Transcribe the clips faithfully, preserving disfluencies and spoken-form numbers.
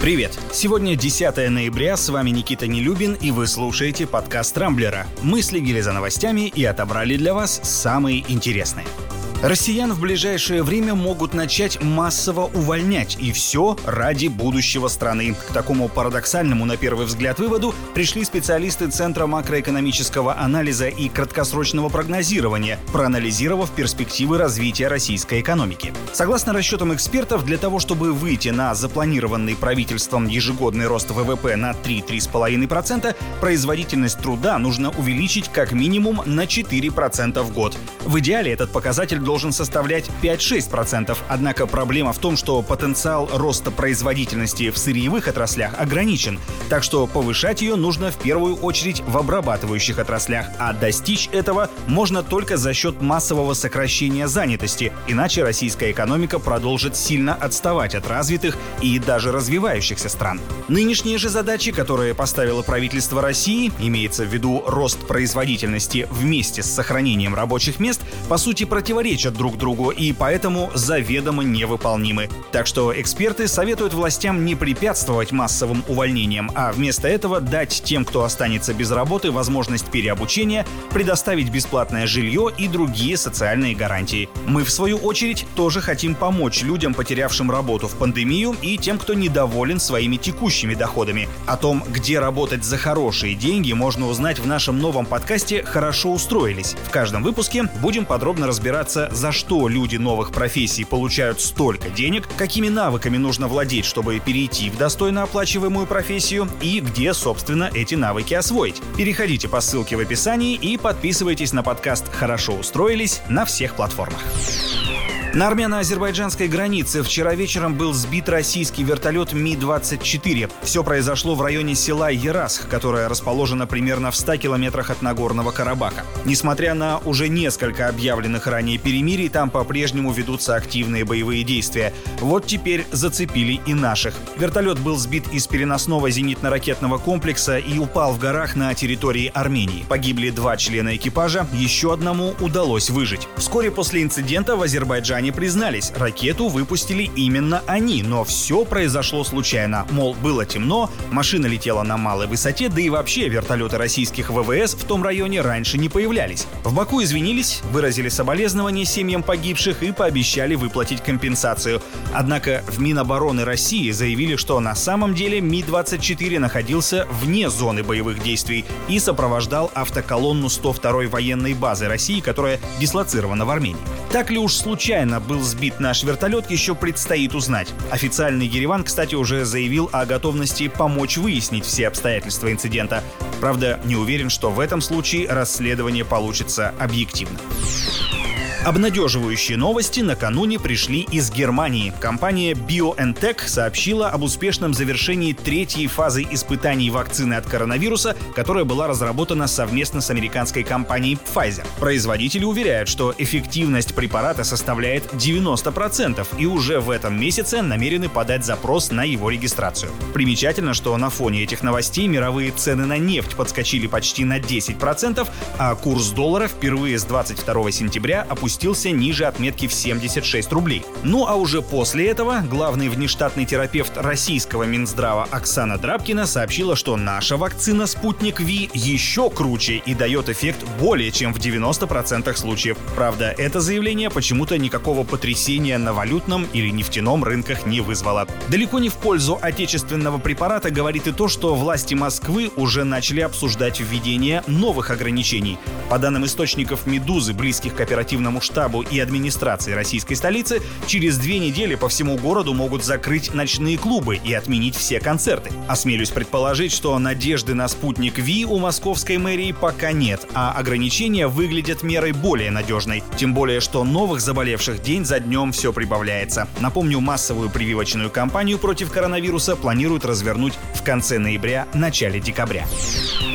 Привет! Сегодня десятое ноября, с вами Никита Нелюбин, и вы слушаете подкаст Рамблера. Мы следили за новостями и отобрали для вас самые интересные. Россиян в ближайшее время могут начать массово увольнять, и все ради будущего страны. К такому парадоксальному, на первый взгляд, выводу пришли специалисты Центра макроэкономического анализа и краткосрочного прогнозирования, проанализировав перспективы развития российской экономики. Согласно расчетам экспертов, для того, чтобы выйти на запланированный правительством ежегодный рост ВВП на три — три с половиной процента, производительность труда нужно увеличить как минимум на четыре процента в год. В идеале этот показатель должен составлять пять — шесть процентов. Однако проблема в том, что потенциал роста производительности в сырьевых отраслях ограничен, так что повышать ее нужно в первую очередь в обрабатывающих отраслях, а достичь этого можно только за счет массового сокращения занятости, иначе российская экономика продолжит сильно отставать от развитых и даже развивающихся стран. Нынешние же задачи, которые поставило правительство России, имеется в виду рост производительности вместе с сохранением рабочих мест, по сути противоречат друг другу и поэтому заведомо невыполнимы. Так что эксперты советуют властям не препятствовать массовым увольнениям, а вместо этого дать тем, кто останется без работы, возможность переобучения, предоставить бесплатное жилье и другие социальные гарантии. Мы, в свою очередь, тоже хотим помочь людям, потерявшим работу в пандемию, и тем, кто недоволен своими текущими доходами. О том, где работать за хорошие деньги, можно узнать в нашем новом подкасте «Хорошо устроились». В каждом выпуске будем подробно разбираться, за что люди новых профессий получают столько денег, какими навыками нужно владеть, чтобы перейти в достойно оплачиваемую профессию, и где, собственно, эти навыки освоить. Переходите по ссылке в описании и подписывайтесь на подкаст «Хорошо устроились» на всех платформах. На армяно-азербайджанской границе вчера вечером был сбит российский вертолет Ми двадцать четыре. Все произошло в районе села Ерасх, которое расположено примерно в ста километрах от Нагорного Карабаха. Несмотря на уже несколько объявленных ранее перемирий, там по-прежнему ведутся активные боевые действия. Вот теперь зацепили и наших. Вертолет был сбит из переносного зенитно-ракетного комплекса и упал в горах на территории Армении. Погибли два члена экипажа, еще одному удалось выжить. Вскоре после инцидента в Азербайджане признались, ракету выпустили именно они, но все произошло случайно. Мол, было темно, машина летела на малой высоте, да и вообще вертолеты российских ВВС в том районе раньше не появлялись. В Баку извинились, выразили соболезнования семьям погибших и пообещали выплатить компенсацию. Однако в Минобороны России заявили, что на самом деле Ми двадцать четыре находился вне зоны боевых действий и сопровождал автоколонну сто второй военной базы России, которая дислоцирована в Армении. Так ли уж случайно был сбит наш вертолет, еще предстоит узнать. Официальный Ереван, кстати, уже заявил о готовности помочь выяснить все обстоятельства инцидента. Правда, не уверен, что в этом случае расследование получится объективно. Обнадеживающие новости накануне пришли из Германии. Компания BioNTech сообщила об успешном завершении третьей фазы испытаний вакцины от коронавируса, которая была разработана совместно с американской компанией Pfizer. Производители уверяют, что эффективность препарата составляет девяносто процентов и уже в этом месяце намерены подать запрос на его регистрацию. Примечательно, что на фоне этих новостей мировые цены на нефть подскочили почти на десять процентов, а курс доллара впервые с двадцать второго сентября опустился ниже отметки в семьдесят шесть рублей. Ну а уже после этого главный внештатный терапевт российского Минздрава Оксана Драбкина сообщила, что наша вакцина «Спутник Ви» еще круче и дает эффект более чем в девяноста процентах случаев. Правда, это заявление почему-то никакого потрясения на валютном или нефтяном рынках не вызвало. Далеко не в пользу отечественного препарата говорит и то, что власти Москвы уже начали обсуждать введение новых ограничений. По данным источников «Медузы», близких к оперативному штабу и администрации российской столицы, через две недели по всему городу могут закрыть ночные клубы и отменить все концерты. Осмелюсь предположить, что надежды на «Спутник Ви» у московской мэрии пока нет, а ограничения выглядят мерой более надежной. Тем более, что новых заболевших день за днем все прибавляется. Напомню, массовую прививочную кампанию против коронавируса планируют развернуть в конце ноября-начале декабря.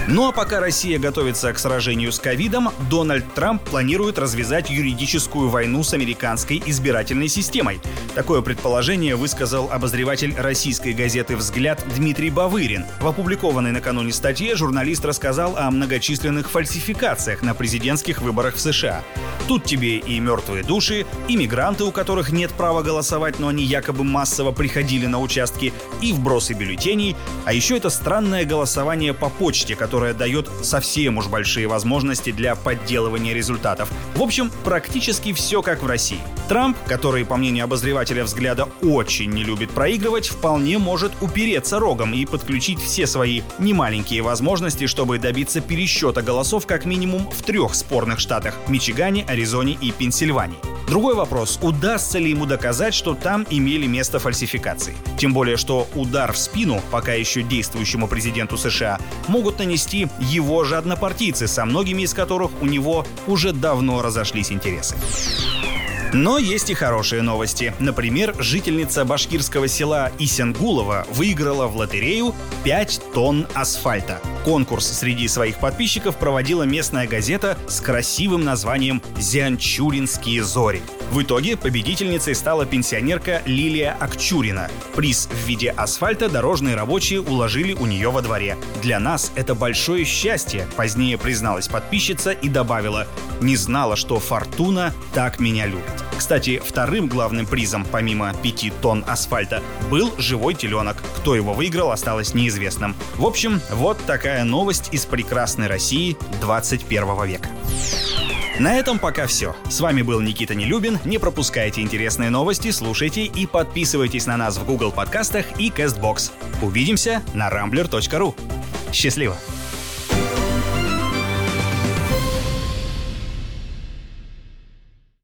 Ну а пока Россия готовится к сражению с ковидом, Дональд Трамп планирует развязать юридическую войну с американской избирательной системой. Такое предположение высказал обозреватель российской газеты «Взгляд» Дмитрий Бавырин. В опубликованной накануне статье журналист рассказал о многочисленных фальсификациях на президентских выборах в США. Тут тебе и мертвые души, и мигранты, у которых нет права голосовать, но они якобы массово приходили на участки, и вбросы бюллетеней, а еще это странное голосование по почте, которое дает совсем уж большие возможности для подделывания результатов. В общем, практически все как в России. Трамп, который, по мнению обозревателя «Взгляда», очень не любит проигрывать, вполне может упереться рогом и подключить все свои немаленькие возможности, чтобы добиться пересчета голосов как минимум в трех спорных штатах – Мичигане, Аризоне и Пенсильвании. Другой вопрос – удастся ли ему доказать, что там имели место фальсификации? Тем более, что удар в спину пока еще действующему президенту США могут нанести его же однопартийцы, со многими из которых у него уже давно разошлись интересы. Но есть и хорошие новости. Например, жительница башкирского села Исенгулова выиграла в лотерею пять тонн асфальта. Конкурс среди своих подписчиков проводила местная газета с красивым названием «Зианчуринские зори». В итоге победительницей стала пенсионерка Лилия Акчурина. Приз в виде асфальта дорожные рабочие уложили у нее во дворе. «Для нас это большое счастье», — позднее призналась подписчица и добавила: «Не знала, что фортуна так меня любит». Кстати, вторым главным призом, помимо пяти тонн асфальта, был живой теленок. Кто его выиграл, осталось неизвестным. В общем, вот такая новость из прекрасной России двадцать первого века. На этом пока все. С вами был Никита Нелюбин. Не пропускайте интересные новости, слушайте и подписывайтесь на нас в Google подкастах и Castbox. Увидимся на рамблер точка ру. Счастливо!